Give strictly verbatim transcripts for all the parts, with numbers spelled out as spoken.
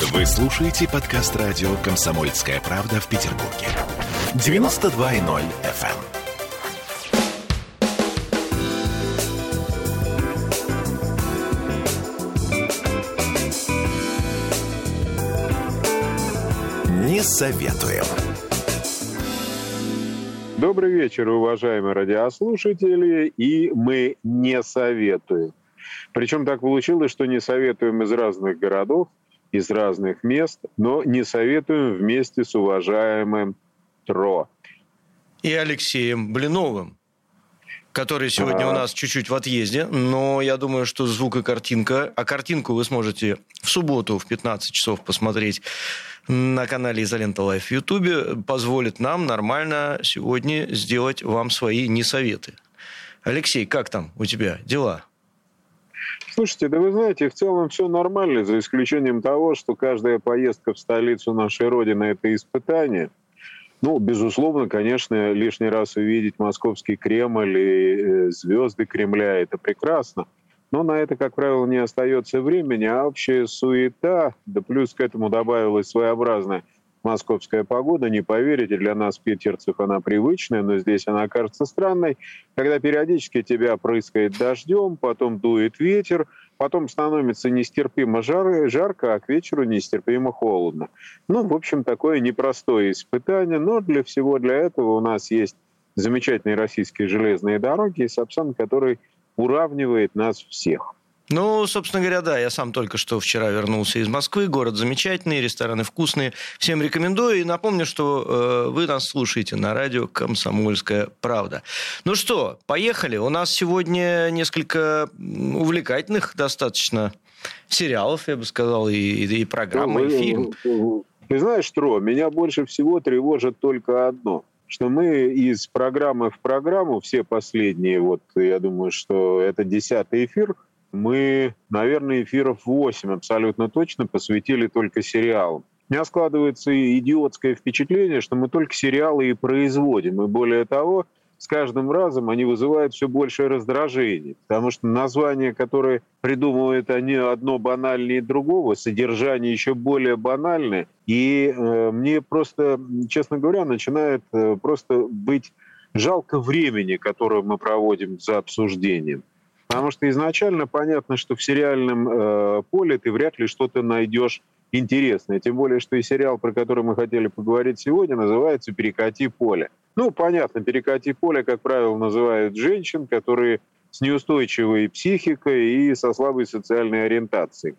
Вы слушаете подкаст радио «Комсомольская правда» в Петербурге. девяносто два и ноль эф эм. Не советуем. Добрый вечер, уважаемые радиослушатели, и мы не советуем. Причем так получилось, что не советуем из разных городов, из разных мест, но не советуем вместе с уважаемым Тро. И Алексеем Блиновым, который сегодня а... у нас чуть-чуть в отъезде, но я думаю, что звук и картинка, а картинку вы сможете в субботу в пятнадцать часов посмотреть на канале «Изолента Лайф» в Ютубе, позволит нам нормально сегодня сделать вам свои несоветы. Алексей, как там у тебя дела? Слушайте, да вы знаете, в целом все нормально, за исключением того, что каждая поездка в столицу нашей Родины – это испытание. Ну, безусловно, конечно, лишний раз увидеть московский Кремль и звезды Кремля – это прекрасно. Но на это, как правило, не остается времени, а общая суета, да плюс к этому добавилась своеобразная московская погода, не поверите, для нас, питерцев, она привычная, но здесь она кажется странной, когда периодически тебя прыскает дождем, потом дует ветер, потом становится нестерпимо жар, жарко, а к вечеру нестерпимо холодно. Ну, в общем, такое непростое испытание, но для всего для этого у нас есть замечательные российские железные дороги и Сапсан, который уравнивает нас всех. Ну, собственно говоря, да, я сам только что вчера вернулся из Москвы, город замечательный, рестораны вкусные, всем рекомендую. И напомню, что э, вы нас слушаете на радио «Комсомольская правда». Ну что, поехали. У нас сегодня несколько увлекательных достаточно сериалов, я бы сказал, и, и программы, ну, и фильм. Ты знаешь, Тро, меня больше всего тревожит только одно – что мы из программы в программу, все последние, вот я думаю, что это десятый эфир, мы, наверное, эфиров восемь абсолютно точно посвятили только сериалам. У меня складывается идиотское впечатление, что мы только сериалы и производим. И более того, с каждым разом они вызывают все большее раздражение. Потому что названия, которые придумывают они одно банальнее другого, содержание еще более банальное. И э, мне просто, честно говоря, начинает э, просто быть жалко времени, которое мы проводим за обсуждением. Потому что изначально понятно, что в сериальном э, поле ты вряд ли что-то найдешь интересное. Тем более, что и сериал, про который мы хотели поговорить сегодня, называется «Перекати поле». Ну, понятно, «Перекати поле», как правило, называют женщин, которые с неустойчивой психикой и со слабой социальной ориентацией.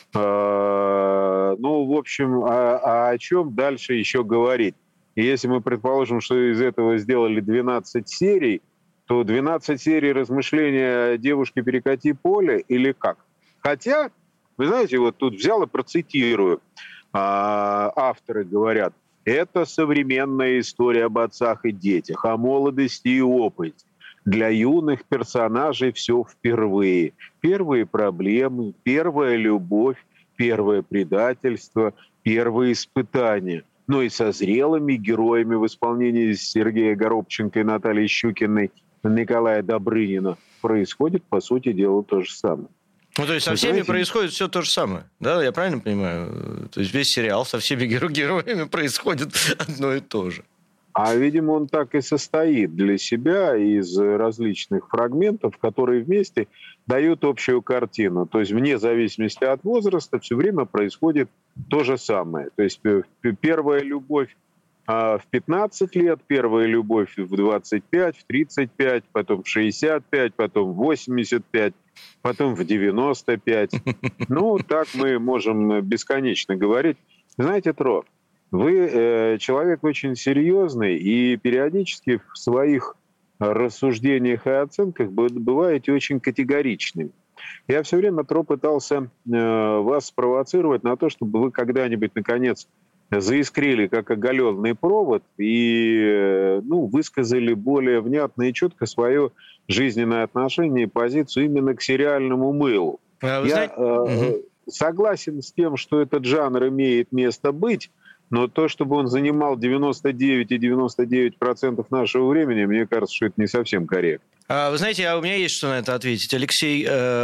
Ну, в общем, а о чем дальше еще говорить? И если мы предположим, что из этого сделали двенадцать серий, то двенадцать серий размышления о девушке «Перекати поле» или как? Хотя, вы знаете, вот тут взял и процитирую. Авторы говорят, это современная история об отцах и детях, о молодости и опыте. Для юных персонажей все впервые. Первые проблемы, первая любовь, первое предательство, первые испытания. Но и со зрелыми героями в исполнении Сергея Горобченко и Натальи Щукиной, Николая Добрынина происходит, по сути дела, то же самое. Ну, то есть со всеми знаете, происходит все то же самое, да? Я правильно понимаю? То есть весь сериал со всеми геро- героями происходит одно и то же. А, видимо, он так и состоит для себя из различных фрагментов, которые вместе дают общую картину. То есть вне зависимости от возраста все время происходит то же самое. То есть первая любовь в пятнадцать лет, первая любовь в двадцать пять, в тридцать пять, потом в шестьдесят пять, потом в восемьдесят пять, потом в девяносто пять. Ну, так мы можем бесконечно говорить. Знаете, Тро, вы э, человек очень серьезный и периодически в своих рассуждениях и оценках бываете очень категоричными. Я все время, Тро, пытался э, вас спровоцировать на то, чтобы вы когда-нибудь, наконец, заискрили как оголенный провод и ну, высказали более внятно и четко свое жизненное отношение и позицию именно к сериальному мылу. А Я знаете... э, угу. согласен с тем, что этот жанр имеет место быть, но то, чтобы он занимал девяносто девять целых девяносто девять сотых процента нашего времени, мне кажется, что это не совсем корректно. Вы знаете, а у меня есть что на это ответить. Алексей,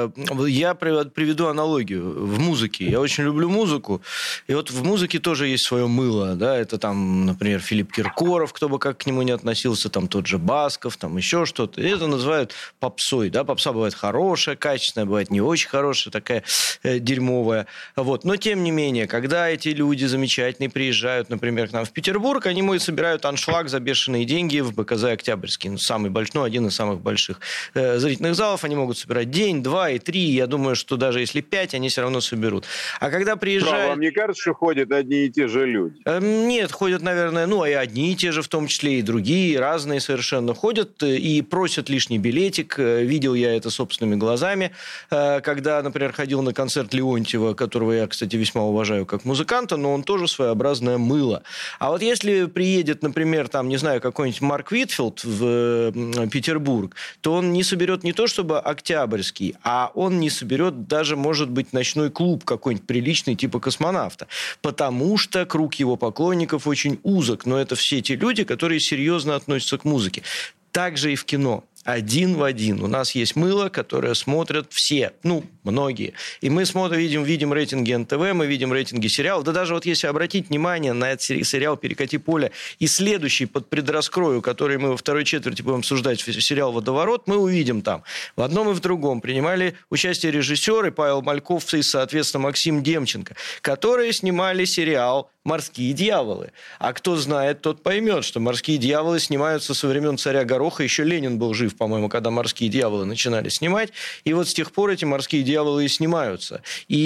я приведу аналогию в музыке. Я очень люблю музыку, и вот в музыке тоже есть свое мыло. Да? Это там, например, Филипп Киркоров, кто бы как к нему не относился, там тот же Басков, там еще что-то. И это называют попсой. Да? Попса бывает хорошая, качественная, бывает не очень хорошая, такая э, дерьмовая. Вот. Но, тем не менее, когда эти люди замечательные приезжают, например, к нам в Петербург, они мой собирают аншлаг за бешеные деньги в бэ ка зэ «Октябрьский». Ну, самый большой, ну, один из самых больших больших э, зрительных залов, они могут собирать день, два и три, я думаю, что даже если пять, они все равно соберут. А когда приезжают... Вам не кажется, что ходят одни и те же люди? Э, нет, ходят, наверное, ну, и одни и те же в том числе, и другие, разные совершенно ходят и просят лишний билетик. Видел я это собственными глазами, э, когда, например, ходил на концерт Леонтьева, которого я, кстати, весьма уважаю как музыканта, но он тоже своеобразное мыло. А вот если приедет, например, там, не знаю, какой-нибудь Марк Уитфилд в Петербург, то он не соберет не то чтобы Октябрьский, а он не соберет даже, может быть, ночной клуб какой-нибудь приличный, типа «Космонавта». Потому что круг его поклонников очень узок. Но это все те люди, которые серьезно относятся к музыке. Так же и в кино. Один в один. У нас есть мыло, которое смотрят все, ну, многие. И мы смотрим, видим, видим рейтинги эн тэ вэ, мы видим рейтинги сериалов. Да даже вот если обратить внимание на этот сериал «Перекати поле» и следующий под предраскрою, который мы во второй четверти будем обсуждать, сериал «Водоворот», мы увидим там. В одном и в другом принимали участие режиссеры Павел Мальков и, соответственно, Максим Демченко, которые снимали сериал «Морские дьяволы». А кто знает, тот поймет, что «Морские дьяволы» снимаются со времен царя Гороха. Еще Ленин был жив, по-моему, когда «Морские дьяволы» начинали снимать. И вот с тех пор эти «Морские дьяволы» и снимаются.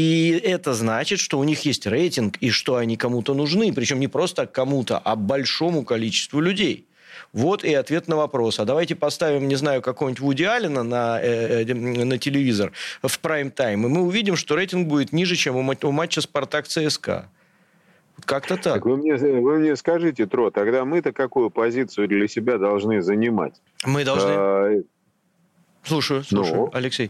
И это значит, что у них есть рейтинг, и что они кому-то нужны. Причем не просто кому-то, а большому количеству людей. Вот и ответ на вопрос. А давайте поставим, не знаю, какого-нибудь Вуди Аллена на, э, э, на телевизор в прайм-тайм, и мы увидим, что рейтинг будет ниже, чем у матча «Спартак-ЦСКА». Как-то так. так вы, мне, вы мне скажите, Тро, тогда мы-то какую позицию для себя должны занимать? Мы должны... А... Слушаю, слушаю, ну... Алексей.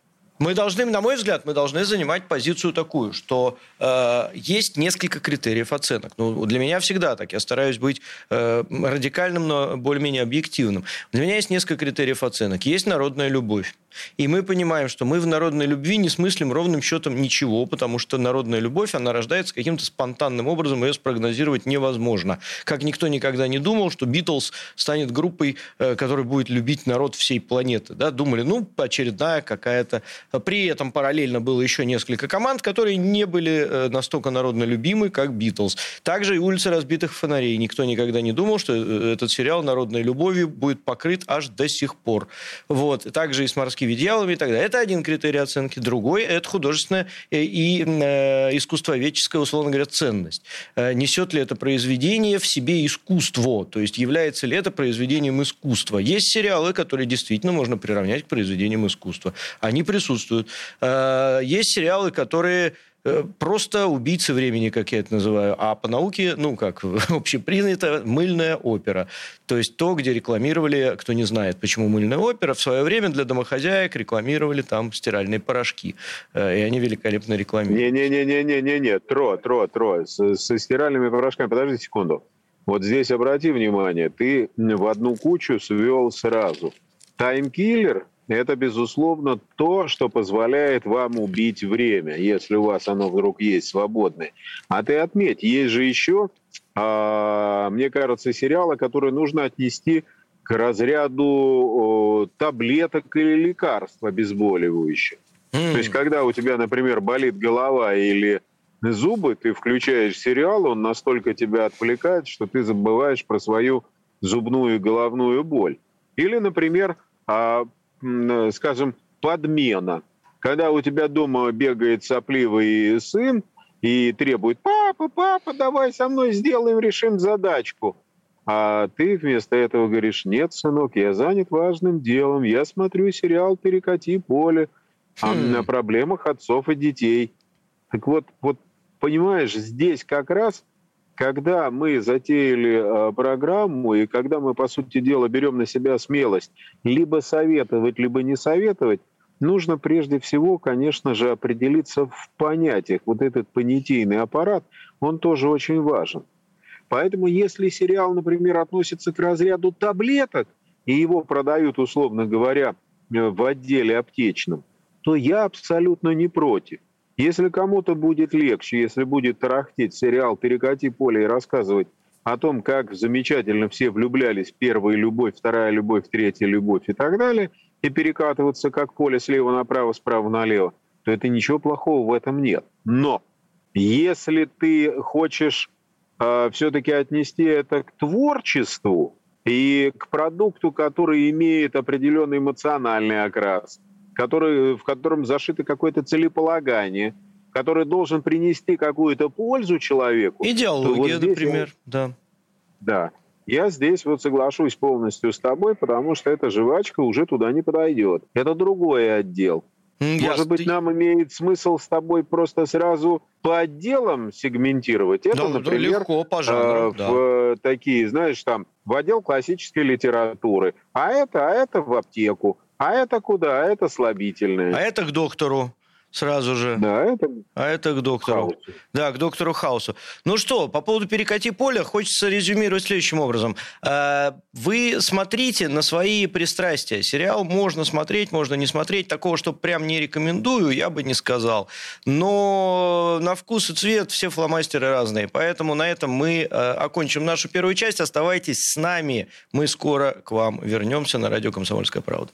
Мы должны, на мой взгляд, мы должны занимать позицию такую, что э, есть несколько критериев оценок. Ну, для меня всегда так. Я стараюсь быть э, радикальным, но более-менее объективным. Для меня есть несколько критериев оценок. Есть народная любовь. И мы понимаем, что мы в народной любви не смыслим ровным счетом ничего, потому что народная любовь, она рождается каким-то спонтанным образом, ее спрогнозировать невозможно. Как никто никогда не думал, что Битлз станет группой, э, которая будет любить народ всей планеты. Да? Думали, ну, очередная какая-то... При этом параллельно было еще несколько команд, которые не были настолько народно любимы, как «Битлз». Также и «Улица разбитых фонарей». Никто никогда не думал, что этот сериал народной любовью будет покрыт аж до сих пор. Вот. Также и с «Морскими дьяволами» и так далее. Это один критерий оценки. Другой – это художественная и э, искусствоведческая, условно говоря, ценность. Э, несет ли это произведение в себе искусство? То есть является ли это произведением искусства? Есть сериалы, которые действительно можно приравнять к произведениям искусства. Они присутствуют. Есть сериалы, которые просто убийцы времени, как я это называю, а по науке, ну, как общепринято, мыльная опера. То есть то, где рекламировали, кто не знает, почему мыльная опера, в свое время для домохозяек рекламировали там стиральные порошки. И они великолепно рекламировали. Не-не-не-не-не-не, Тро, Тро, Тро, со, со стиральными порошками, подожди секунду. Вот здесь обрати внимание, ты в одну кучу свел сразу. Таймкиллер – это, безусловно, то, что позволяет вам убить время, если у вас оно вдруг есть свободное. А ты отметь, есть же еще, а, мне кажется, сериалы, которые нужно отнести к разряду о, таблеток или лекарств обезболивающих. Mm. То есть, когда у тебя, например, болит голова или зубы, ты включаешь сериал, он настолько тебя отвлекает, что ты забываешь про свою зубную и головную боль. Или, например, а, скажем, подмена. Когда у тебя дома бегает сопливый сын и требует: папа, папа, давай со мной сделаем, решим задачку. А ты вместо этого говоришь: нет, сынок, я занят важным делом, я смотрю сериал «Перекати поле» хм. о проблемах отцов и детей. Так вот, вот, понимаешь, здесь как раз, когда мы затеяли э, программу, и когда мы, по сути дела, берем на себя смелость либо советовать, либо не советовать, нужно прежде всего, конечно же, определиться в понятиях. Вот этот понятийный аппарат, он тоже очень важен. Поэтому, если сериал, например, относится к разряду таблеток, и его продают, условно говоря, в отделе аптечном, то я абсолютно не против. Если кому-то будет легче, если будет тарахтеть сериал «Перекати поле» и рассказывать о том, как замечательно все влюблялись, первая любовь, вторая любовь, третья любовь и так далее, и перекатываться как поле слева направо, справа налево, то это ничего плохого в этом нет. Но если ты хочешь э, все-таки отнести это к творчеству и к продукту, который имеет определенный эмоциональный окрас, который, в котором зашито какое-то целеполагание, который должен принести какую-то пользу человеку. Идеология, вот например, вот, да. Да. Я здесь вот соглашусь полностью с тобой, потому что эта жвачка уже туда не подойдет. Это другой отдел. Может Ясно. быть, нам имеет смысл с тобой просто сразу по отделам сегментировать? Это, да, например, легко, по жанру, э, да. в такие, знаешь, там, в отдел классической литературы. А это, а это в аптеку. А это куда? А это слабительное. А это к доктору. Сразу же. Да, это... А это к доктору. Хаусу. Да, к доктору Хаусу. Ну что, по поводу «Перекати поле» хочется резюмировать следующим образом. Вы смотрите на свои пристрастия. Сериал можно смотреть, можно не смотреть. Такого, что прям не рекомендую, я бы не сказал. Но на вкус и цвет все фломастеры разные. Поэтому на этом мы окончим нашу первую часть. Оставайтесь с нами. Мы скоро к вам вернемся на радио «Комсомольская правда».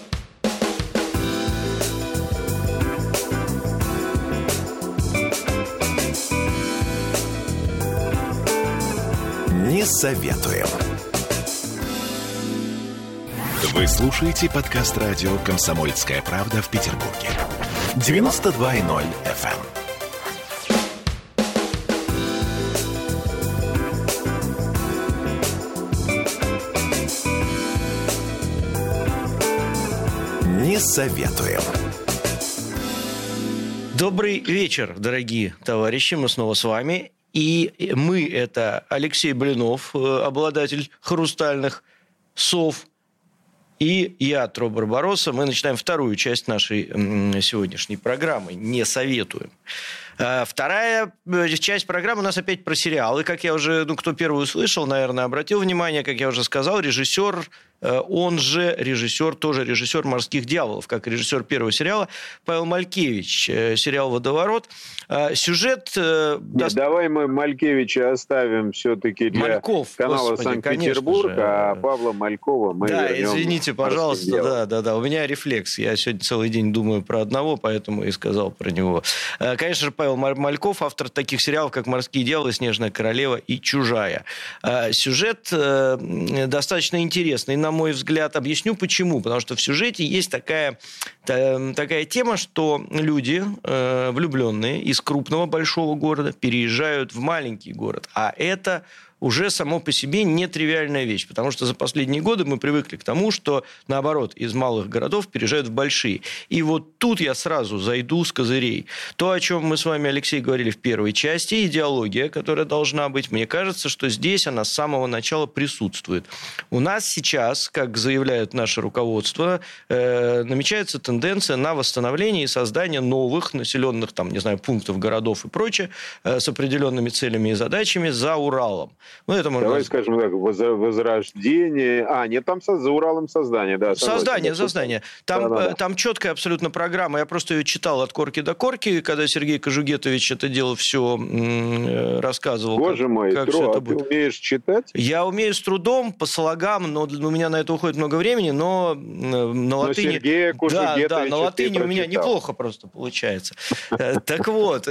Не советуем. Вы слушаете подкаст радио «Комсомольская правда» в Петербурге. девяносто два и ноль эф эм. Не советуем. Добрый вечер, дорогие товарищи. Мы снова с вами. И мы – это Алексей Блинов, обладатель хрустальных сов, и я, Тро Барбаросса. Мы начинаем вторую часть нашей сегодняшней программы «Не советуем». Вторая часть программы у нас опять про сериалы. Как я уже, ну, кто первый услышал, наверное, обратил внимание, как я уже сказал, режиссер, он же режиссер, тоже режиссер «Морских дьяволов», как режиссер первого сериала, Павел Малькевич, сериал «Водоворот». Сюжет... Нет, даст... Давай мы Малькевича оставим все-таки для Мальков, канала Господи, Санкт-Петербург, а Павла Малькова мы Да, вернем. Извините, пожалуйста, да, да, да. У меня рефлекс. Я сегодня целый день думаю про одного, поэтому и сказал про него. Конечно же, Павел Мальков, автор таких сериалов, как «Морские дьяволы», «Снежная королева» и «Чужая». Сюжет достаточно интересный, на мой взгляд. Объясню почему. Потому что в сюжете есть такая, такая тема, что люди, влюбленные из крупного большого города, переезжают в маленький город. А это уже само по себе нетривиальная вещь, потому что за последние годы мы привыкли к тому, что, наоборот, из малых городов переезжают в большие. И вот тут я сразу зайду с козырей. То, о чем мы с вами, Алексей, говорили в первой части, идеология, которая должна быть, мне кажется, что здесь она с самого начала присутствует. У нас сейчас, как заявляет наше руководство, э, намечается тенденция на восстановление и создание новых населенных, там, не знаю, пунктов, городов и прочее, э, с определенными целями и задачами за Уралом. Ну, это можно... Давай скажем так, возрождение... А, нет, там за Уралом создание, да. Создание, создание. Там, да, да, да. там четкая абсолютно программа. Я просто ее читал от корки до корки, когда Сергей Кожугетович это дело все рассказывал. Боже как, мой, как Тро, а ты умеешь читать? Я умею с трудом, по слогам, но у меня на это уходит много времени, но на латыни... Но Сергея Кожугетовича да, да, на латыни у меня неплохо просто получается. Так вот,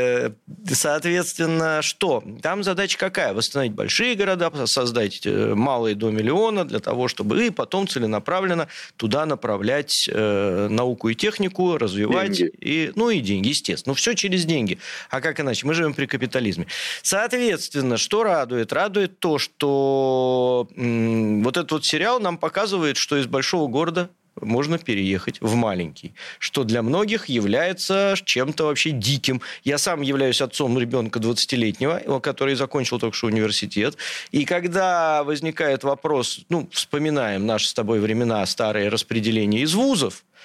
соответственно, что? Там задача какая? Восстановить большие города, создать малые до миллиона для того, чтобы и потом целенаправленно туда направлять э, науку и технику, развивать. Деньги. И, ну и деньги, естественно. Ну все через деньги. А как иначе? Мы живем при капитализме. Соответственно, что радует? Радует то, что м- вот этот вот сериал нам показывает, что из большого города можно переехать в маленький, что для многих является чем-то вообще диким. Я сам являюсь отцом ребенка двадцатилетнего, который закончил только что университет. И когда возникает вопрос, ну, вспоминаем наши с тобой времена, старые распределения из вузов,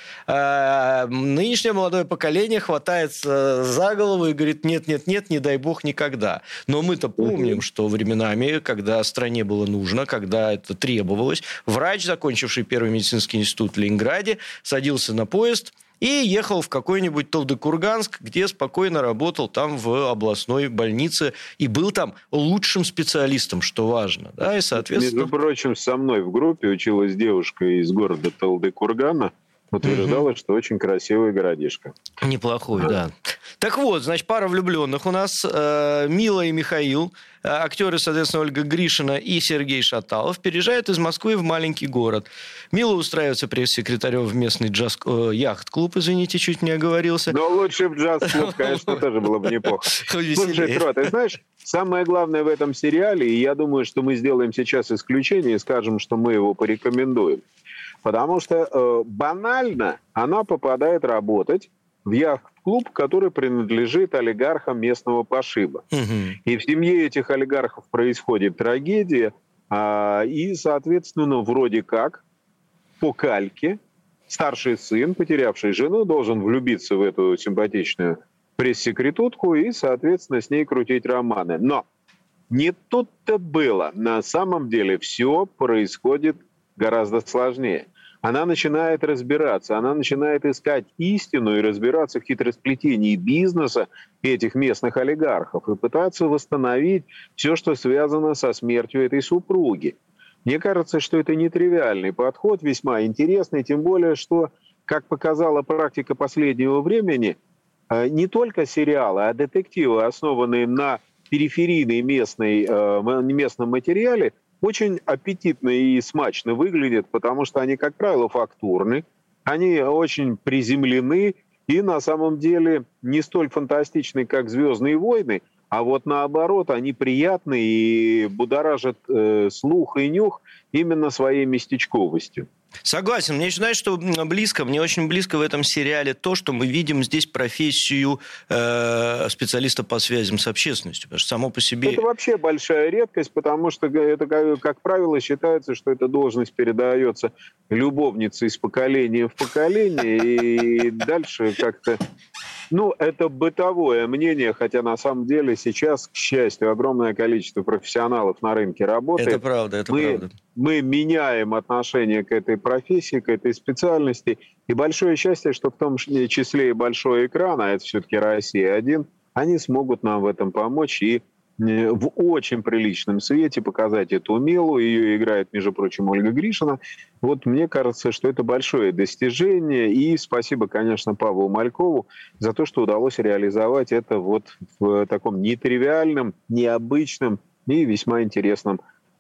А нынешнее молодое поколение хватается за голову и говорит, нет-нет-нет, не дай бог никогда. Но мы-то помним, что временами, когда стране было нужно, когда это требовалось, врач, закончивший Первый медицинский институт в Ленинграде, садился на поезд и ехал в какой-нибудь Талдыкурганск, где спокойно работал там в областной больнице и был там лучшим специалистом, что важно. Да, и, соответственно... Между прочим, со мной в группе училась девушка из города Талдыкургана, утверждала, угу. что очень красивый городишко. Неплохой, да. да. Так вот, значит, пара влюбленных у нас. Э, Мила и Михаил, э, актеры, соответственно, Ольга Гришина и Сергей Шаталов, переезжают из Москвы в маленький город. Мила устраивается пресс-секретарем в местный джаз, э, яхт-клуб, извините, чуть не оговорился. Но лучше в джаз-клуб, конечно, тоже было бы неплохо. Слушай, Тро, ты знаешь, самое главное в этом сериале, и я думаю, что мы сделаем сейчас исключение и скажем, что мы его порекомендуем. Потому что э, банально она попадает работать в яхт-клуб, который принадлежит олигархам местного пошиба. Угу. И в семье этих олигархов происходит трагедия, э, и, соответственно, вроде как по кальке старший сын, потерявший жену, должен влюбиться в эту симпатичную пресс-секретутку и, соответственно, с ней крутить романы. Но не тут-то было. На самом деле все происходит гораздо сложнее. Она начинает разбираться, она начинает искать истину и разбираться в хитросплетении бизнеса этих местных олигархов и пытаться восстановить все, что связано со смертью этой супруги. Мне кажется, что это нетривиальный подход, весьма интересный, тем более, что, как показала практика последнего времени, не только сериалы, а детективы, основанные на периферийной местной, местном материале, очень аппетитно и смачно выглядят, потому что они, как правило, фактурны, они очень приземлены и на самом деле не столь фантастичны, как «Звездные войны», а вот наоборот, они приятны и будоражат э, слух и нюх именно своей местечковостью. Согласен. Мне, знаешь, что близко? Мне очень близко в этом сериале то, что мы видим здесь профессию э, специалиста по связям с общественностью. Потому что само по себе... Это вообще большая редкость, потому что, это, как правило, считается, что эта должность передается любовнице из поколения в поколение, и дальше как-то... Ну, это бытовое мнение, хотя на самом деле сейчас, к счастью, огромное количество профессионалов на рынке работает. Это правда, это мы, правда. Мы меняем отношение к этой профессии, к этой специальности. И большое счастье, что в том числе и большой экран, а это все-таки Россия один, они смогут нам в этом помочь и в очень приличном свете показать эту Милу. Ее играет, между прочим, Ольга Гришина. Вот мне кажется, что это большое достижение. И спасибо, конечно, Павлу Малькову за то, что удалось реализовать это вот в таком нетривиальном, необычном и весьма интересном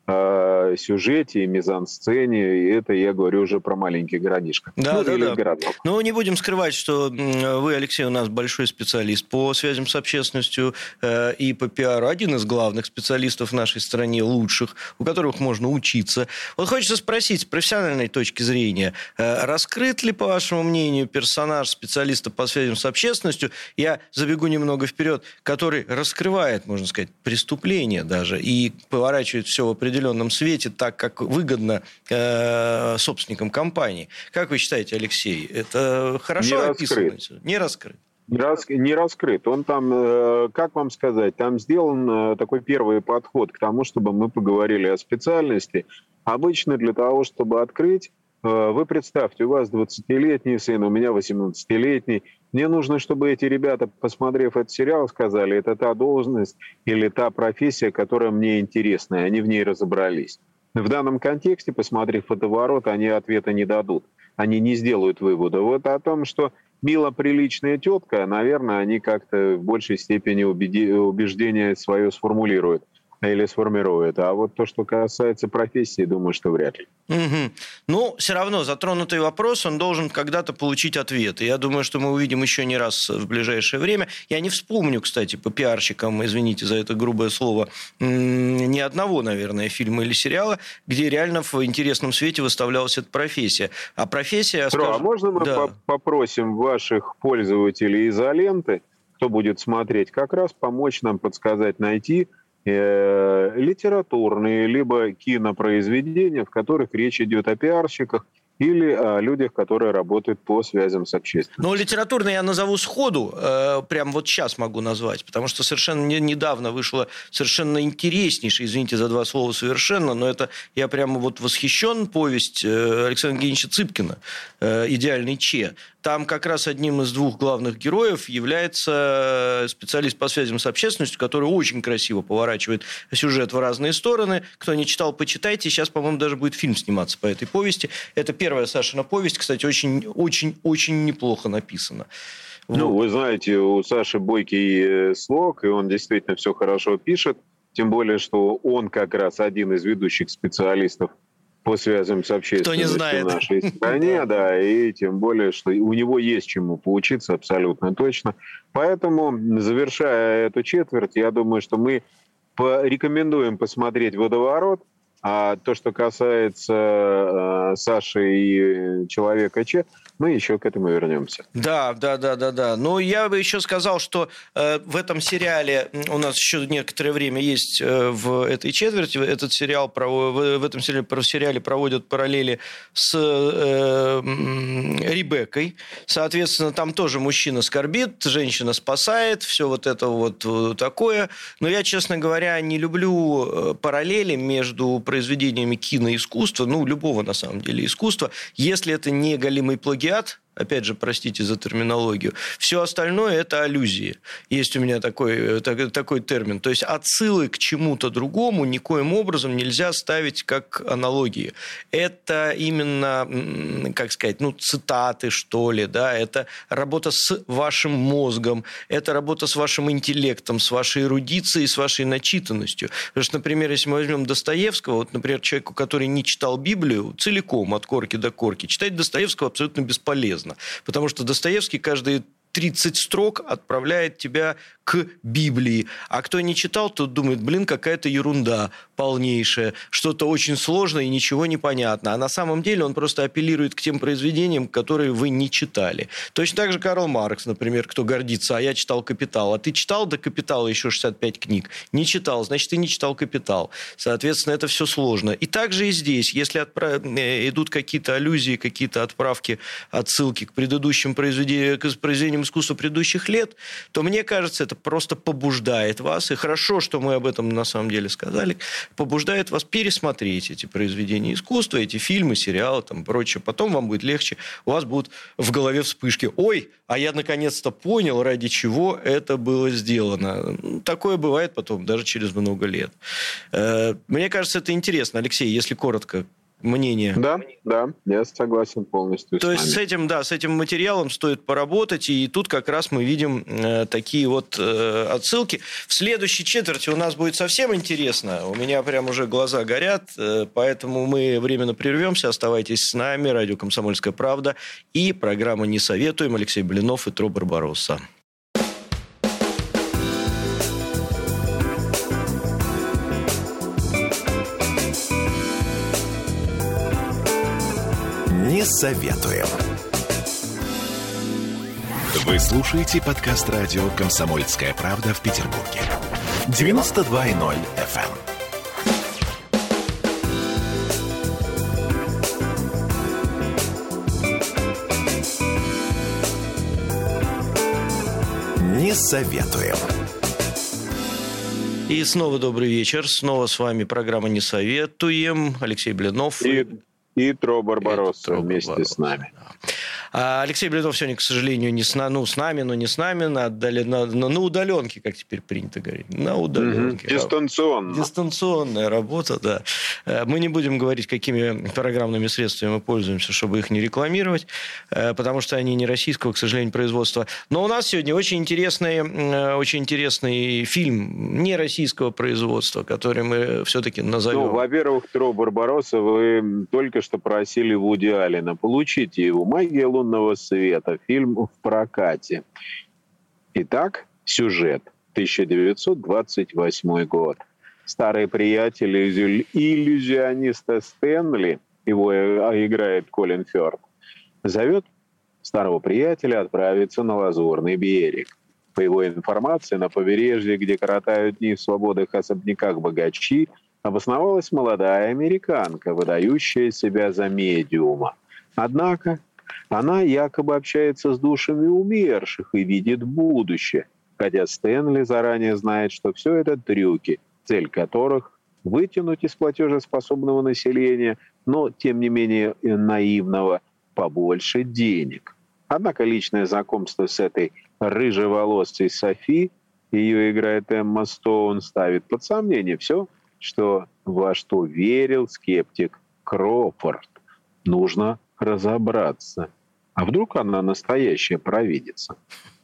э, сюжете и мизансцене. И это я говорю уже про маленький городишко. Да, ну, да, да. городок. Но не будем скрывать, что вы, Алексей, у нас большой специалист по связям с общественностью э, и по пиару. Один из главных специалистов в нашей стране, лучших, у которых можно учиться. Вот хочется спросить, с профессиональной точки зрения, э, раскрыт ли, по вашему мнению, персонаж специалиста по связям с общественностью, я забегу немного вперед, который раскрывает, можно сказать, преступление даже и поворачивает все в определенном свете так, как выгодно э, собственникам компании. Как вы считаете, Алексей, это хорошо описано? Не раскрыт. Не, рас, не раскрыт. Он там, как вам сказать, там сделан такой первый подход к тому, чтобы мы поговорили о специальности. Обычно для того, чтобы открыть, вы представьте, у вас двадцатилетний сын, у меня восемнадцатилетний. Мне нужно, чтобы эти ребята, посмотрев этот сериал, сказали, это та должность или та профессия, которая мне интересна, и они в ней разобрались. В данном контексте, посмотрев «Водоворот», они ответа не дадут. Они не сделают вывода. Вот о том, что Мила приличная тетка, наверное, они как-то в большей степени убеждение свое сформулируют или сформируют. А вот то, что касается профессии, думаю, что вряд ли. Угу. Ну, все равно затронутый вопрос, он должен когда-то получить ответ. И я думаю, что мы увидим еще не раз в ближайшее время. Я не вспомню, кстати, по пиарщикам, извините за это грубое слово, ни одного, наверное, фильма или сериала, где реально в интересном свете выставлялась эта профессия. А профессия... Тро, скажем... а можно мы да. попросим ваших пользователей изоленты, кто будет смотреть, как раз помочь нам подсказать, найти литературные, либо кинопроизведения, в которых речь идет о пиарщиках или о людях, которые работают по связям с общественностью. Ну, литературно я назову сходу, э, прям вот сейчас могу назвать, потому что совершенно не, недавно вышло совершенно интереснейшее, извините за два слова совершенно, но это я прямо вот восхищен, повесть э, Александра Евгеньевича Цыпкина э, «Идеальный Че». Там как раз одним из двух главных героев является специалист по связям с общественностью, который очень красиво поворачивает сюжет в разные стороны. Кто не читал, почитайте. Сейчас, по-моему, даже будет фильм сниматься по этой повести. Это первая Сашина повесть, кстати, очень-очень-очень неплохо написана. Ну, вот. Вы знаете, у Саши бойкий слог, и он действительно все хорошо пишет. Тем более, что он как раз один из ведущих специалистов по связям с общественностью в нашей стране, да, и тем более, что у него есть чему поучиться абсолютно точно. Поэтому, завершая эту четверть, я думаю, что мы порекомендуем посмотреть «Водоворот», а то, что касается э, Саши и «Человека Че», мы еще к этому вернемся. Да, да, да, да, да. Но я бы еще сказал, что э, в этом сериале у нас еще некоторое время есть э, в этой четверти. Этот сериал в, в этом сериале, в сериале проводят параллели с э, Ребеккой. Соответственно, там тоже мужчина скорбит, женщина спасает, все вот это вот такое. Но я, честно говоря, не люблю параллели между произведениями киноискусства, ну, любого, на самом деле, искусства, если это не голимый плагиат, опять же, простите за терминологию, все остальное – это аллюзии. Есть у меня такой, такой термин. То есть, отсылы к чему-то другому никоим образом нельзя ставить как аналогии. Это именно, как сказать, ну, цитаты, что ли, да, это работа с вашим мозгом, это работа с вашим интеллектом, с вашей эрудицией, с вашей начитанностью. Потому что, например, если мы возьмем Достоевского, вот, например, человеку, который не читал Библию целиком, от корки до корки, читать Достоевского абсолютно бесполезно. Потому что Достоевский каждые тридцать строк отправляет тебя к Библии. А кто не читал, тот думает, блин, какая-то ерунда полнейшая, что-то очень сложное и ничего не понятно. А на самом деле он просто апеллирует к тем произведениям, которые вы не читали. Точно так же Карл Маркс, например, кто гордится, а я читал «Капитал». А ты читал до «Капитала» еще шестьдесят пять книг? Не читал, значит, ты не читал «Капитал». Соответственно, это все сложно. И также и здесь, если отправ... идут какие-то аллюзии, какие-то отправки, отсылки к предыдущим произведениям, к произведениям искусства предыдущих лет, то, мне кажется, это просто побуждает вас, и хорошо, что мы об этом на самом деле сказали, побуждает вас пересмотреть эти произведения искусства, эти фильмы, сериалы, там, прочее. Потом вам будет легче, у вас будут в голове вспышки. Ой, а я наконец-то понял, ради чего это было сделано. Такое бывает потом, даже через много лет. Мне кажется, это интересно. Алексей, если коротко, мнение. Да, да, я согласен полностью. То есть с этим, да, с этим материалом стоит поработать, и тут как раз мы видим э, такие вот э, отсылки. В следующей четверти у нас будет совсем интересно. У меня прям уже глаза горят, э, поэтому мы временно прервемся. Оставайтесь с нами. Радио «Комсомольская правда» и программа «Не советуем». Алексей Блинов и Тро Барбаросса. Не советуем. Вы слушаете подкаст радио «Комсомольская правда» в Петербурге. девяносто два и ноль эф эм. Не советуем. И снова добрый вечер. Снова с вами программа «Не советуем». Алексей Блинов. И... И Тро Барбаросса вместе Барбаросса. С нами. А Алексей Блинов сегодня, к сожалению, не с, ну, с нами, но не с нами, на, на, на, на удаленке, как теперь принято говорить. На удаленке. Mm-hmm. Дистанционно. Дистанционная работа, да. Мы не будем говорить, какими программными средствами мы пользуемся, чтобы их не рекламировать, потому что они не российского, к сожалению, производства. Но у нас сегодня очень интересный, очень интересный фильм не российского производства, который мы все-таки назовем. Ну, во-первых, Тро Барбаросса, вы только что просили Вуди Аллена. Получите его. «Магия лунного света». Фильм в прокате. Итак, сюжет. тысяча девятьсот двадцать восьмой год. Старый приятель иллюзиониста Стэнли, его играет Колин Фёрд, зовет старого приятеля отправиться на Лазурный берег. По его информации, на побережье, где коротают дни в свободных особняках богачи, обосновалась молодая американка, выдающая себя за медиума. Однако она якобы общается с душами умерших и видит будущее, хотя Стэнли заранее знает, что все это трюки, цель которых – вытянуть из платежеспособного населения, но, тем не менее, наивного, побольше денег. Однако личное знакомство с этой рыжеволосой Софи, ее играет Эмма Стоун, ставит под сомнение все, что, во что верил скептик Кроуфорд. Нужно разобраться. А вдруг она настоящая провидица?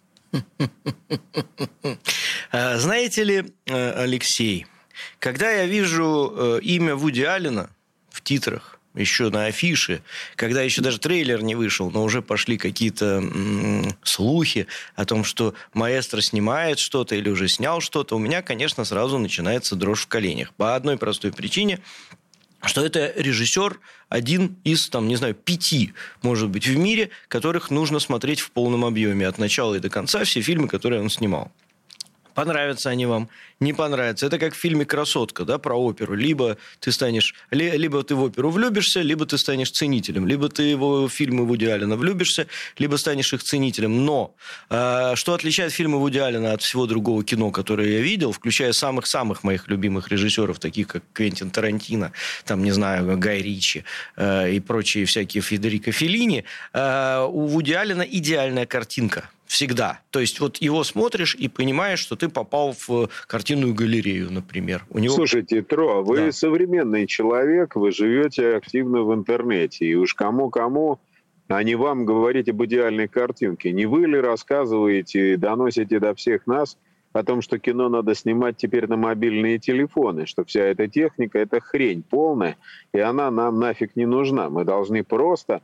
Знаете ли, Алексей, когда я вижу имя Вуди Аллена в титрах, еще на афише, когда еще даже трейлер не вышел, но уже пошли какие-то м- слухи о том, что маэстро снимает что-то или уже снял что-то, у меня, конечно, сразу начинается дрожь в коленях. По одной простой причине, что это режиссер один из, там, не знаю, пяти, может быть, в мире, которых нужно смотреть в полном объеме от начала и до конца, все фильмы, которые он снимал. Понравятся они вам, не понравятся. Это как в фильме «Красотка», да, про оперу. Либо ты станешь, ли, либо ты в оперу влюбишься, либо ты станешь ценителем. Либо ты в фильмы Вуди Аллена влюбишься, либо станешь их ценителем. Но э, что отличает фильмы Вуди Аллена от всего другого кино, которое я видел, включая самых-самых моих любимых режиссеров, таких как Квентин Тарантино, там, не знаю, Гай Ричи э, и прочие всякие Федерико Феллини, э, у Вуди Аллена идеальная картинка. Всегда. То есть вот его смотришь и понимаешь, что ты попал в картинную галерею, например. У него... Слушайте, Тро, вы да. современный человек, вы живете активно в интернете. И уж кому-кому, а не вам говорить об идеальной картинке. Не вы ли рассказываете и доносите до всех нас о том, что кино надо снимать теперь на мобильные телефоны, что вся эта техника – это хрень полная, и она нам нафиг не нужна. Мы должны просто...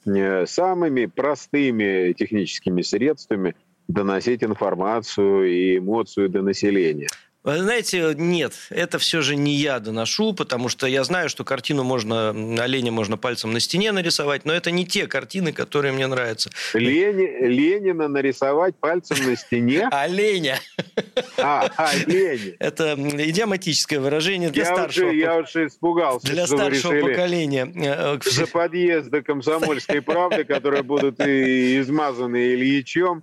самыми простыми техническими средствами доносить информацию и эмоцию до населения. Вы знаете, нет, это все же не я доношу, потому что я знаю, что картину можно, оленя можно пальцем на стене нарисовать, но это не те картины, которые мне нравятся. Лени, Ленина нарисовать пальцем на стене? Оленя. А, оленя. Это идиоматическое выражение для я старшего. Уже, я уже испугался, для что старшего вы решили поколения. За подъезда «Комсомольской правды», которые будут и измазаны Ильичом.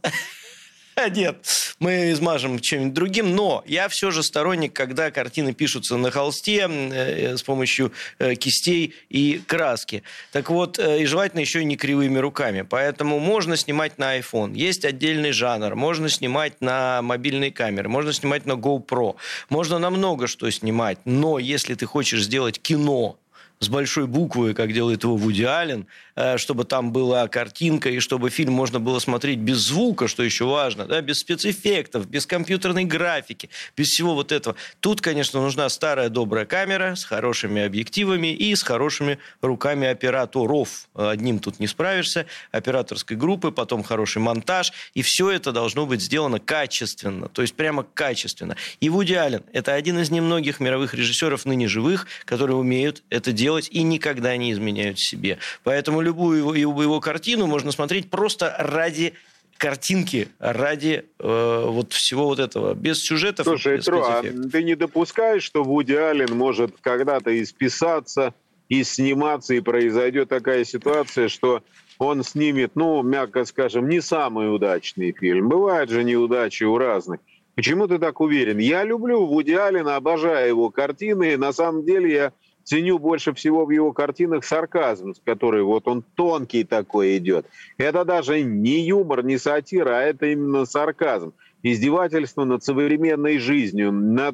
Нет, мы измажем чем-нибудь другим, но я все же сторонник, когда картины пишутся на холсте э, с помощью э, кистей и краски. Так вот, э, и желательно еще и не кривыми руками. Поэтому можно снимать на iPhone. Есть отдельный жанр. Можно снимать на мобильные камеры, можно снимать на GoPro. Можно на много что снимать. Но если ты хочешь сделать кино с большой буквы, как делает его Вуди Аллен, чтобы там была картинка, и чтобы фильм можно было смотреть без звука, что еще важно, да, без спецэффектов, без компьютерной графики, без всего вот этого. Тут, конечно, нужна старая добрая камера с хорошими объективами и с хорошими руками операторов. Одним тут не справишься, операторской группы, потом хороший монтаж, и все это должно быть сделано качественно, то есть прямо качественно. И Вуди Аллен – это один из немногих мировых режиссеров ныне живых, которые умеют это делать и никогда не изменяют себе. Поэтому любую его, его, его картину можно смотреть просто ради картинки, ради э, вот всего вот этого, без сюжетов. Слушай, Тро, а ты не допускаешь, что Вуди Аллен может когда-то исписаться и сниматься, и произойдет такая ситуация, что он снимет, ну, мягко скажем, не самый удачный фильм. Бывают же неудачи у разных. Почему ты так уверен? Я люблю Вуди Аллена, обожаю его картины, и на самом деле я ценю больше всего в его картинах сарказм, с который вот он тонкий такой идет. Это даже не юмор, не сатира, а это именно сарказм. Издевательство над современной жизнью, над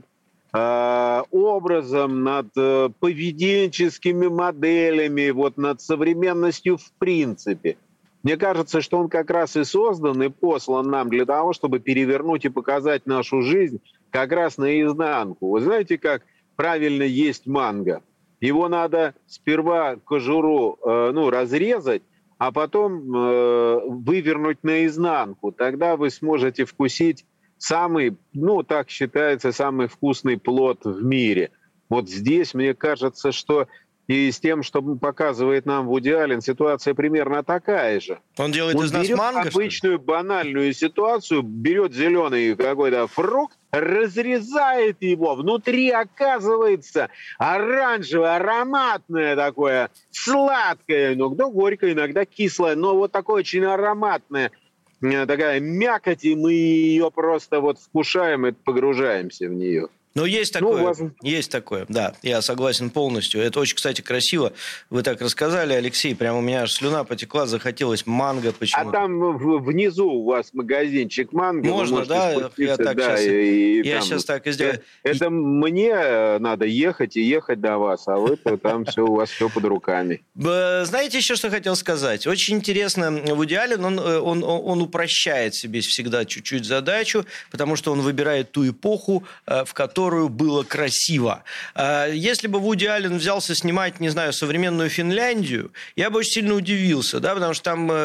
э, образом, над э, поведенческими моделями, вот над современностью в принципе. Мне кажется, что он как раз и создан, и послан нам для того, чтобы перевернуть и показать нашу жизнь как раз наизнанку. Вы знаете, как правильно есть манго? Его надо сперва кожуру э, ну, разрезать, а потом э, вывернуть наизнанку. Тогда вы сможете вкусить самый, ну, так считается, самый вкусный плод в мире. Вот здесь, мне кажется, что и с тем, что показывает нам Вуди Аллен, ситуация примерно такая же. Он делает Он из нас берет манго, обычную банальную ситуацию, берет зеленый какой-то фрукт, разрезает его, внутри оказывается оранжевое, ароматное такое, сладкое, иногда горькое, иногда кислое, но вот такое очень ароматное, такая мякоть, и мы ее просто вот вкушаем и погружаемся в нее. Ну, есть такое, ну, вас... есть такое, да, я согласен полностью. Это очень, кстати, красиво. Вы так рассказали, Алексей, прямо у меня аж слюна потекла, захотелось манго почему-то. А там внизу у вас магазинчик манго. Можно, да? Я так да, сейчас, и, и я там... сейчас так и сделаю. Это и... мне надо ехать и ехать до вас, а вы-то там все, у вас все под руками. Знаете еще, что хотел сказать? Очень интересно, Вуди Аллен, он, он, он упрощает себе всегда чуть-чуть задачу, потому что он выбирает ту эпоху, в которой которую было красиво. Если бы Вуди Аллен взялся снимать, не знаю, современную Финляндию, я бы очень сильно удивился, да, потому что там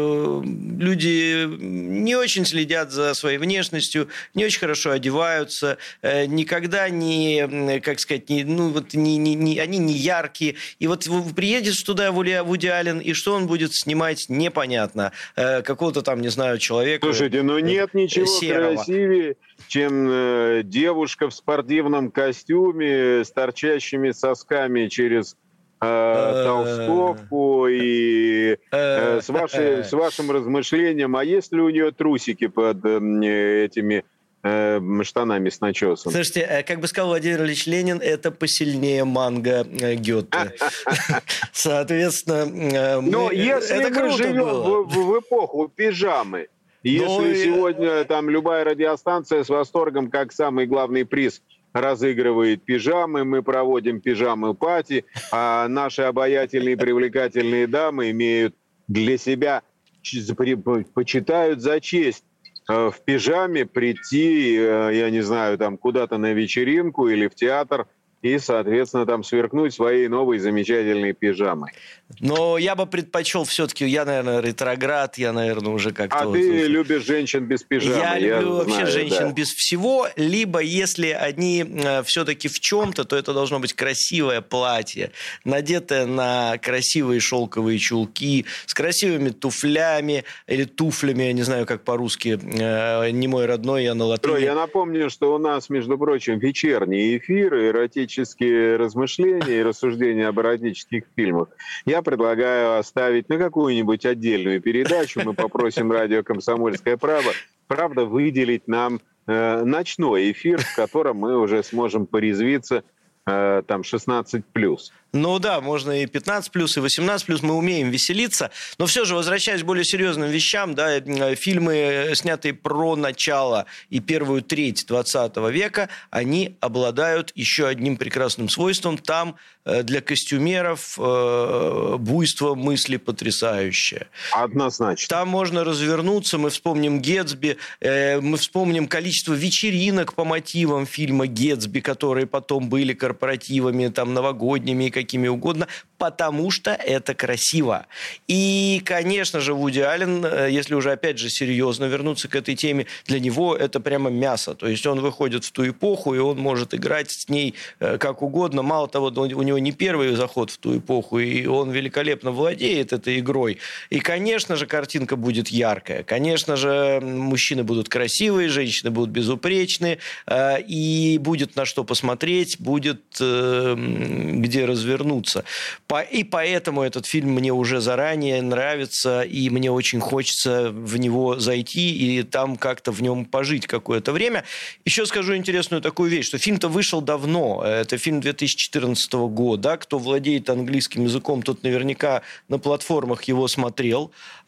люди не очень следят за своей внешностью, не очень хорошо одеваются, никогда не, как сказать, не, ну, вот не, не, не, они не яркие. И вот приедет туда Вуди Аллен, и что он будет снимать, непонятно. Какого-то там, не знаю, человека Слушайте, ну нет ничего серого. красивее, чем э, девушка в спортивном костюме с торчащими сосками через э, толстовку и э, с, вашей, с вашим размышлением, а есть ли у нее трусики под э, этими э, штанами с начесом? Слушайте, как бы сказал Владимир Ильич Ленин, это посильнее манго Гёте. Соответственно, но если мы живем в эпоху пижамы, если Но сегодня я... там любая радиостанция с восторгом, как самый главный приз, разыгрывает пижамы, мы проводим пижамы-пати, а наши обаятельные привлекательные дамы имеют для себя, почитают за честь в пижаме прийти, я не знаю, там куда-то на вечеринку или в театр, и, соответственно, там сверкнуть своей новой замечательной пижамой. Но я бы предпочел все-таки, я, наверное, ретроград, я, наверное, уже как-то... А вот, ты вот, любишь женщин без пижамы. Я, я люблю знаю, вообще женщин да. без всего, либо если они э, все-таки в чем-то, то это должно быть красивое платье, надетое на красивые шелковые чулки, с красивыми туфлями, или туфлями, я не знаю, как по-русски, э, не мой родной, я на латыни. Я напомню, что у нас, между прочим, вечерний эфир, эротические размышления и рассуждения об эротических фильмах. Я предлагаю оставить на какую-нибудь отдельную передачу. Мы попросим радио «Комсомольская правда», правда выделить нам э, ночной эфир, в котором мы уже сможем порезвиться э, там шестнадцать плюс. Ну да, можно и пятнадцать плюс, и восемнадцать плюс, мы умеем веселиться. Но все же, возвращаясь к более серьезным вещам, да, фильмы, снятые про начало и первую треть двадцатого века, они обладают еще одним прекрасным свойством. Там для костюмеров э, буйство мысли потрясающее. Однозначно. Там можно развернуться, мы вспомним Гэтсби, э, мы вспомним количество вечеринок по мотивам фильма Гэтсби, которые потом были корпоративами, там, новогодними и какими угодно, потому что это красиво. И, конечно же, Вуди Аллен, если уже, опять же, серьезно вернуться к этой теме, для него это прямо мясо. То есть он выходит в ту эпоху, и он может играть с ней как угодно. Мало того, у него не первый заход в ту эпоху, и он великолепно владеет этой игрой. И, конечно же, картинка будет яркая. Конечно же, мужчины будут красивые, женщины будут безупречные, и будет на что посмотреть, будет где развернуться. И поэтому этот фильм мне уже заранее нравится, и мне очень хочется в него зайти и там как-то в нем пожить какое-то время. Еще скажу интересную такую вещь, что фильм-то вышел давно. Это фильм две тысячи четырнадцатого года. Кто владеет английским языком, тот наверняка на платформах его смотрел.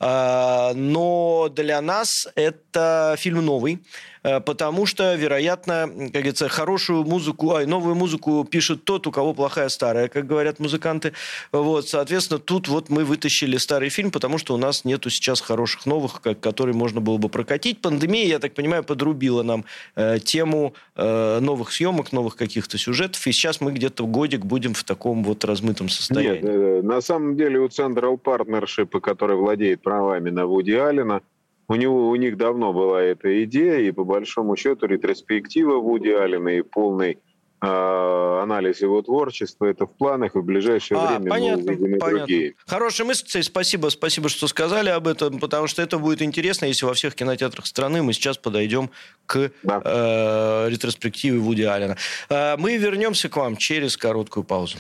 Но для нас это фильм новый, потому что, вероятно, как говорится, хорошую музыку, ай, новую музыку пишет тот, у кого плохая старая, как говорят музыканты. Вот, соответственно, тут вот мы вытащили старый фильм, потому что у нас нету сейчас хороших новых, которые можно было бы прокатить. Пандемия, я так понимаю, подрубила нам э, тему э, новых съемок, новых каких-то сюжетов, и сейчас мы где-то годик будем в таком вот размытом состоянии. Нет, на самом деле у Central Partnership, который владеет правами на Вуди Аллена, У, него, у них давно была эта идея, и по большому счету ретроспектива Вуди Аллена и полный анализ его творчества. Это в планах, и в ближайшее а, время понятно, мы увидим и понятно. другие. Хорошая мысль, кстати, спасибо, спасибо, что сказали об этом, потому что это будет интересно, если во всех кинотеатрах страны мы сейчас подойдем к да. э, ретроспективе Вуди Аллена. Э, мы вернемся к вам через короткую паузу.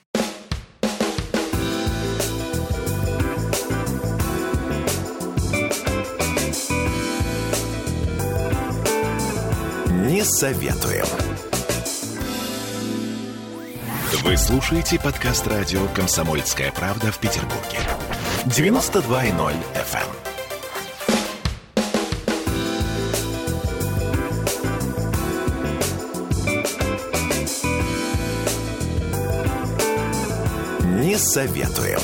Не советуем. Вы слушаете подкаст радио «Комсомольская правда» в Петербурге. девяносто два и ноль эф эм. Не советуем.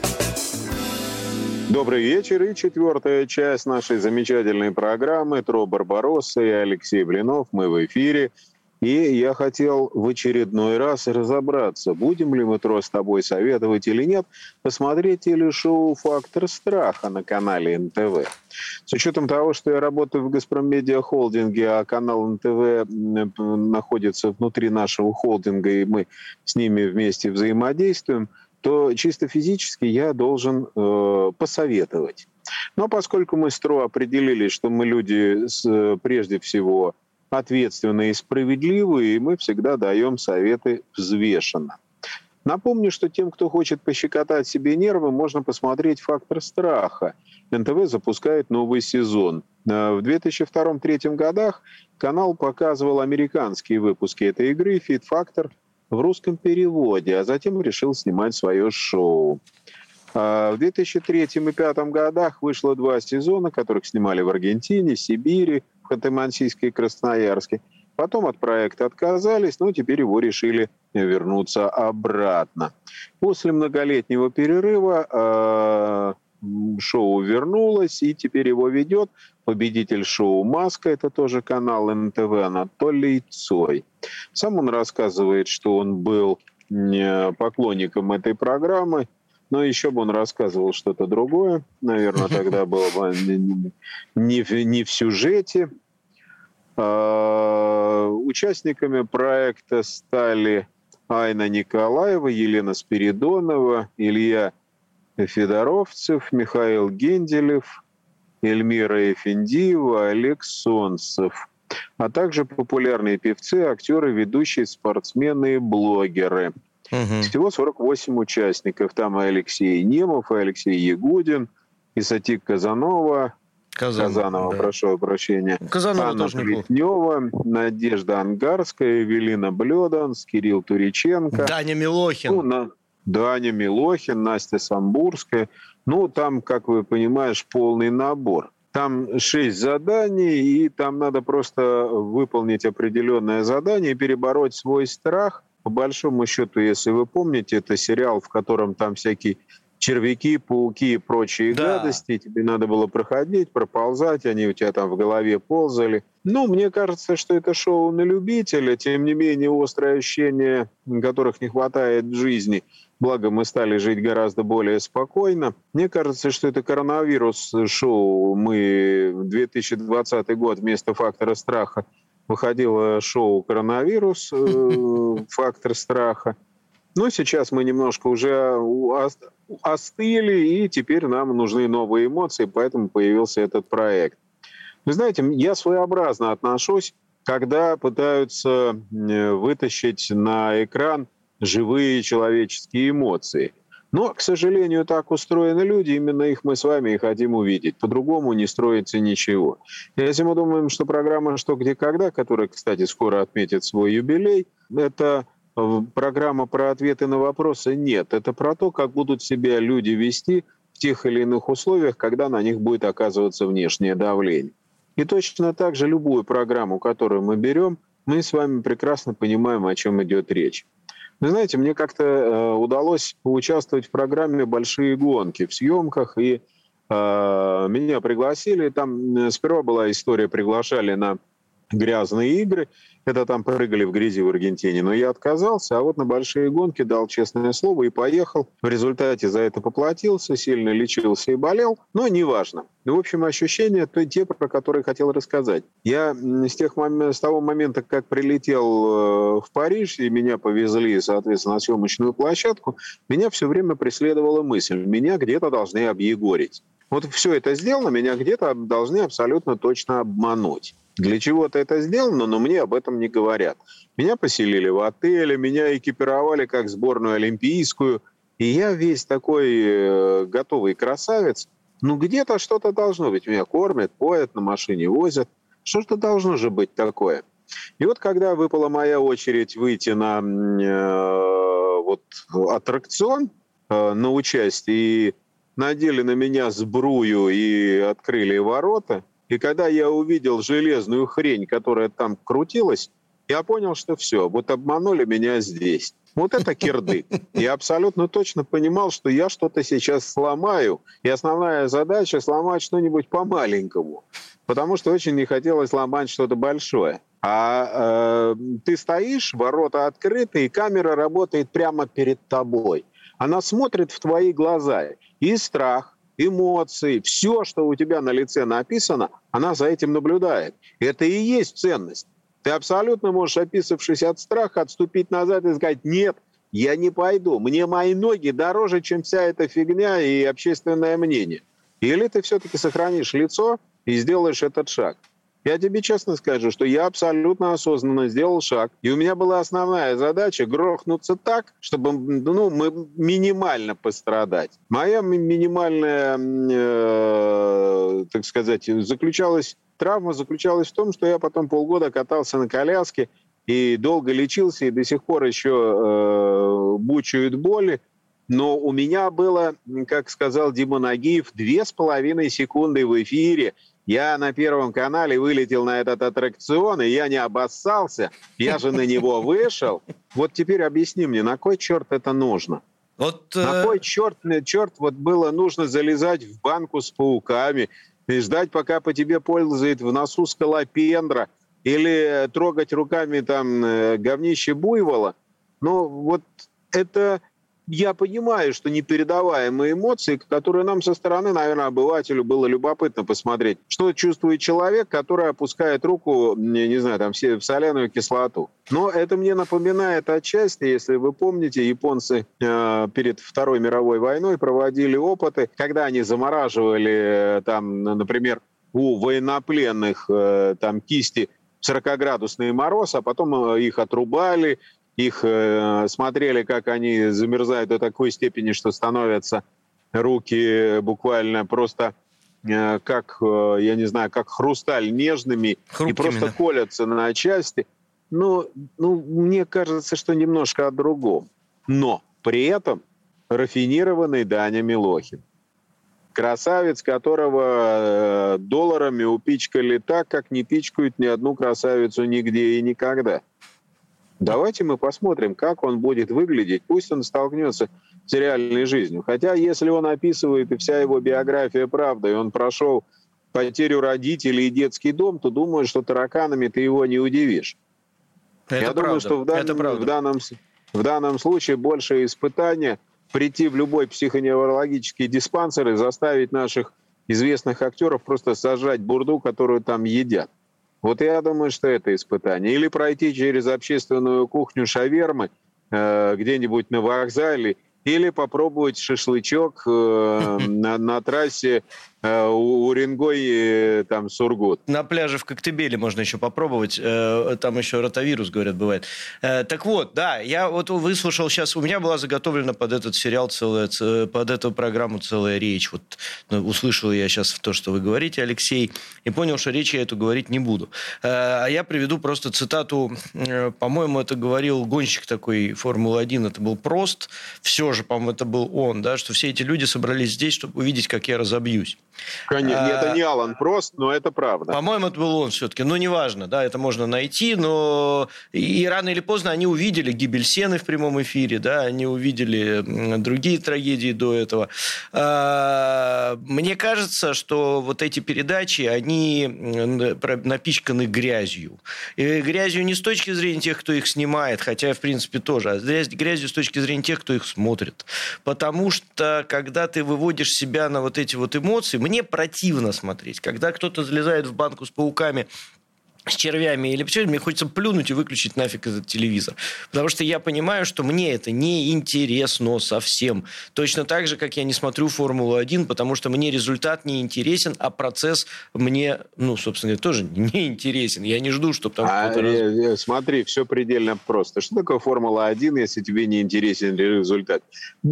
Добрый вечер, и четвертая часть нашей замечательной программы «Тро Барбаросса» и Алексей Блинов. Мы в эфире. И я хотел в очередной раз разобраться, будем ли мы, Тро, с тобой советовать или нет, посмотреть телешоу «Фактор страха» на канале эн тэ вэ. С учетом того, что я работаю в «Газпромедиа Холдинге», а канал эн тэ вэ находится внутри нашего холдинга, и мы с ними вместе взаимодействуем, то чисто физически я должен э, посоветовать. Но поскольку мы с Тро определились, что мы люди с, прежде всего ответственные и справедливые, и мы всегда даем советы взвешенно. Напомню, что тем, кто хочет пощекотать себе нервы, можно посмотреть «Фактор страха». эн тэ вэ запускает новый сезон. В две тысячи втором — две тысячи третьем годах канал показывал американские выпуски этой игры «Фит Фактор» в русском переводе, а затем решил снимать свое шоу. В две тысячи третьем и две тысячи пятом годах вышло два сезона, которых снимали в Аргентине, Сибири, Ханты-Мансийске и Красноярске. Потом от проекта отказались, но теперь его решили вернуться обратно. После многолетнего перерыва э, шоу вернулось, и теперь его ведет победитель шоу «Маска», это тоже канал эн тэ вэ, Анатолий Цой. Сам он рассказывает, что он был поклонником этой программы, но еще бы он рассказывал что-то другое. Наверное, тогда было бы не в, не в сюжете. А, участниками проекта стали Айна Николаева, Елена Спиридонова, Илья Федоровцев, Михаил Генделев, Эльмира Эфендиева, Олег Солнцев, а также популярные певцы, актеры, ведущие, спортсмены и блогеры. Угу. Всего сорок восемь участников. Там и Алексей Немов, и Алексей Ягудин, и Сатик Казанова, Казанова, Казанова да. прошу прощения, Казанова Анна Плетнева, Надежда Ангарская, Эвелина Блёданс, Кирилл Туриченко. Даня Милохин. Ну, на... Даня Милохин, Настя Самбурская. Ну, там, как вы понимаешь, полный набор. Там шесть заданий, и там надо просто выполнить определенное задание и перебороть свой страх. По большому счету, если вы помните, это сериал, в котором там всякие червяки, пауки и прочие да. гадости. Тебе надо было проходить, проползать, они у тебя там в голове ползали. Ну, мне кажется, что это шоу на любителя. Тем не менее, острые ощущения, которых не хватает в жизни. Благо, мы стали жить гораздо более спокойно. Мне кажется, что это коронавирус-шоу. Мы две тысячи двадцатый год вместо «Фактора страха» выходило шоу «Коронавирус», «Фактор страха». Но сейчас мы немножко уже остыли, и теперь нам нужны новые эмоции, поэтому появился этот проект. Вы знаете, я своеобразно отношусь, когда пытаются вытащить на экран живые человеческие эмоции. Но, к сожалению, так устроены люди, именно их мы с вами и хотим увидеть. По-другому не строится ничего. Если мы думаем, что программа «Что, где, когда», которая, кстати, скоро отметит свой юбилей, это программа про ответы на вопросы, нет. Это про то, как будут себя люди вести в тех или иных условиях, когда на них будет оказываться внешнее давление. И точно так же любую программу, которую мы берем, мы с вами прекрасно понимаем, о чем идет речь. Вы знаете, мне как-то э, удалось поучаствовать в программе «Большие гонки» в съемках, и э, меня пригласили. Там сперва была история, приглашали на грязные игры. Это там прыгали в грязи в Аргентине. Но я отказался, а вот на большие гонки дал честное слово и поехал. В результате за это поплатился, сильно лечился и болел. Но неважно. В общем, ощущения то те, про которые хотел рассказать. Я с, тех мом... с того момента, как прилетел в Париж, и меня повезли, соответственно, на съемочную площадку, меня все время преследовала мысль. Меня где-то должны объегорить. Вот все это сделано, меня где-то должны абсолютно точно обмануть. Для чего-то это сделано, но мне об этом не говорят. Меня поселили в отеле, меня экипировали как сборную олимпийскую, и я весь такой э, готовый красавец. Ну, где-то что-то должно быть. Меня кормят, поят, на машине возят. Что-то должно же быть такое. И вот когда выпала моя очередь выйти на э, вот, аттракцион, э, на участие, и надели на меня сбрую и открыли ворота, и когда я увидел железную хрень, которая там крутилась, я понял, что все, вот обманули меня здесь. Вот это кирдык. Я абсолютно точно понимал, что я что-то сейчас сломаю, и основная задача — сломать что-нибудь по-маленькому, потому что очень не хотелось ломать что-то большое. А э, ты стоишь, ворота открыты, и камера работает прямо перед тобой. Она смотрит в твои глаза. И страх, эмоции, все, что у тебя на лице написано, она за этим наблюдает. Это и есть ценность. Ты абсолютно можешь, описавшись от страха, отступить назад и сказать: нет, я не пойду, мне мои ноги дороже, чем вся эта фигня и общественное мнение. Или ты все-таки сохранишь лицо и сделаешь этот шаг. Я тебе честно скажу, что я абсолютно осознанно сделал шаг. И у меня была основная задача грохнуться так, чтобы ну, мы минимально пострадать. Моя минимальная, э, так сказать, заключалась, травма заключалась в том, что я потом полгода катался на коляске и долго лечился, и до сих пор еще э, мучают боли. Но у меня было, как сказал Дима Нагиев, две с половиной секунды в эфире. Я на Первом канале вылетел на этот аттракцион, и я не обоссался, я же на него вышел. Вот теперь объясни мне, на кой черт это нужно? Вот, э... На кой черт, черт вот было нужно залезать в банку с пауками и ждать, пока по тебе ползает в носу скалопендра, или трогать руками там говнище буйвола? Ну вот это... Я понимаю, что непередаваемые эмоции, которые нам со стороны, наверное, обывателю было любопытно посмотреть. Что чувствует человек, который опускает руку, не знаю, там, в соляную кислоту. Но это мне напоминает отчасти, если вы помните, японцы э, перед Второй мировой войной проводили опыты, когда они замораживали, там, например, у военнопленных э, там, кисти в сорокаградусный мороз, а потом их отрубали, их э, смотрели, как они замерзают до такой степени, что становятся руки буквально просто э, как, э, я не знаю, как хрусталь нежными. Хрупкими, и просто да. Колятся на части. Ну, ну, мне кажется, что немножко о другом. Но при этом рафинированный Даня Милохин. Красавец, которого э, долларами упичкали так, как не пичкают ни одну красавицу нигде и никогда. Давайте мы посмотрим, как он будет выглядеть. Пусть он столкнется с реальной жизнью. Хотя, если он описывает, и вся его биография правда, и он прошел потерю родителей и детский дом, то думаю, что тараканами ты его не удивишь. Это Я правда. думаю, что в данном, в, данном, в данном случае большее испытание прийти в любой психоневрологический диспансер и заставить наших известных актеров просто сажать бурду, которую там едят. Вот я думаю, что это испытание. Или пройти через общественную кухню шавермы э, где-нибудь на вокзале, или попробовать шашлычок э, на, на трассе э, Уренгой-Сургут. На пляже в Коктебеле можно еще попробовать. Э, там еще ротавирус, говорят, бывает. Э, так вот, да, я вот выслушал сейчас... У меня была заготовлена под этот сериал целая... под эту программу целая речь. Вот ну, услышал я сейчас то, что вы говорите, Алексей, и понял, что речь я эту говорить не буду. Э, а я приведу просто цитату. Э, по-моему, это говорил гонщик такой Формулы один. Это был Прост. Все же, по-моему, это был он, да, что все эти люди собрались здесь, чтобы увидеть, как я разобьюсь. Конечно, а, это не Алан Прост, но это правда. По-моему, это был он все-таки. Ну, неважно, да, это можно найти, но и рано или поздно они увидели гибель Сены в прямом эфире, да, они увидели другие трагедии до этого. А, мне кажется, что вот эти передачи, они напичканы грязью. И грязью не с точки зрения тех, кто их снимает, хотя, в принципе, тоже, а грязью с точки зрения тех, кто их смотрит. Потому что, когда ты выводишь себя на вот эти вот эмоции, мне противно смотреть. Когда кто-то залезает в банку с пауками, с червями или все, мне хочется плюнуть и выключить нафиг этот телевизор. Потому что я понимаю, что мне это не интересно совсем. Точно так же, как я не смотрю Формулу один, потому что мне результат не интересен, а процесс мне, ну, собственно, тоже не интересен. Я не жду, чтобы там а, кто-то... Э, раз... Смотри, все предельно просто. Что такое Формула один, если тебе не интересен результат?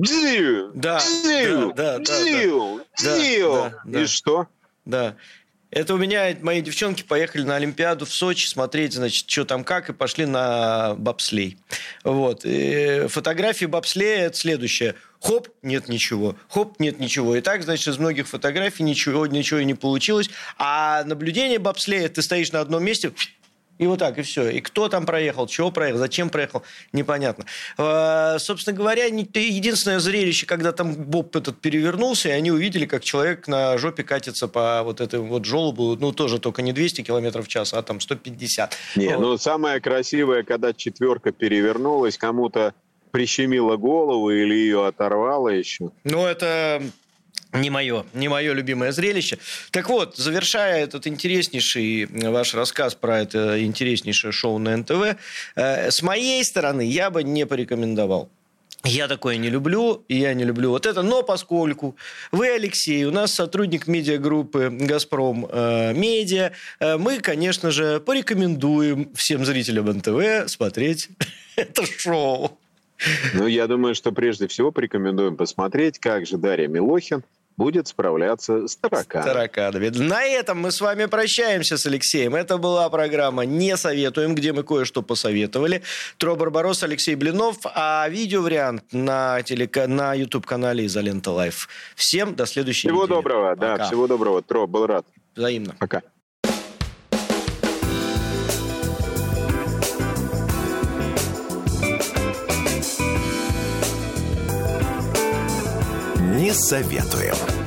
Дзю! Да, Дзю! да, да, Дзю! да, Дзю! да, да, И да. что? Да. Это у меня мои девчонки поехали на Олимпиаду в Сочи смотреть, значит, что там как, и пошли на бобслей. Вот. И фотографии бобслея – это следующее. Хоп, нет ничего. Хоп, нет ничего. И так, значит, из многих фотографий ничего, ничего и не получилось. А наблюдение бобслея, ты стоишь на одном месте... И вот так, и все. И кто там проехал, чего проехал, зачем проехал, непонятно. Э, собственно говоря, единственное зрелище, когда там боб этот перевернулся, и они увидели, как человек на жопе катится по вот этому вот желобу, ну, тоже только не двести километров в час, а там сто пятьдесят. Не, вот. Ну, самое красивое, когда четверка перевернулась, кому-то прищемило голову или ее оторвало еще. Ну, это... Не мое, не мое любимое зрелище. Так вот, завершая этот интереснейший ваш рассказ про это интереснейшее шоу на эн тэ вэ, э, с моей стороны я бы не порекомендовал. Я такое не люблю, и я не люблю вот это. Но поскольку вы, Алексей, у нас сотрудник медиагруппы «Газпром э, Медиа», э, мы, конечно же, порекомендуем всем зрителям эн тэ вэ смотреть это шоу. Ну, я думаю, что прежде всего порекомендуем посмотреть, как же Дарья Милохин будет справляться с тараканами. тараканами. На этом мы с вами прощаемся с Алексеем. Это была программа «Не советуем», где мы кое-что посоветовали. Тро Барбаросса, Алексей Блинов, а видеовариант на, телека... на YouTube-канале «Изолента Лайф». Всем до следующей всего недели. Всего доброго, Пока. да, всего доброго. Тро, был рад. Взаимно. Пока. Не советуем.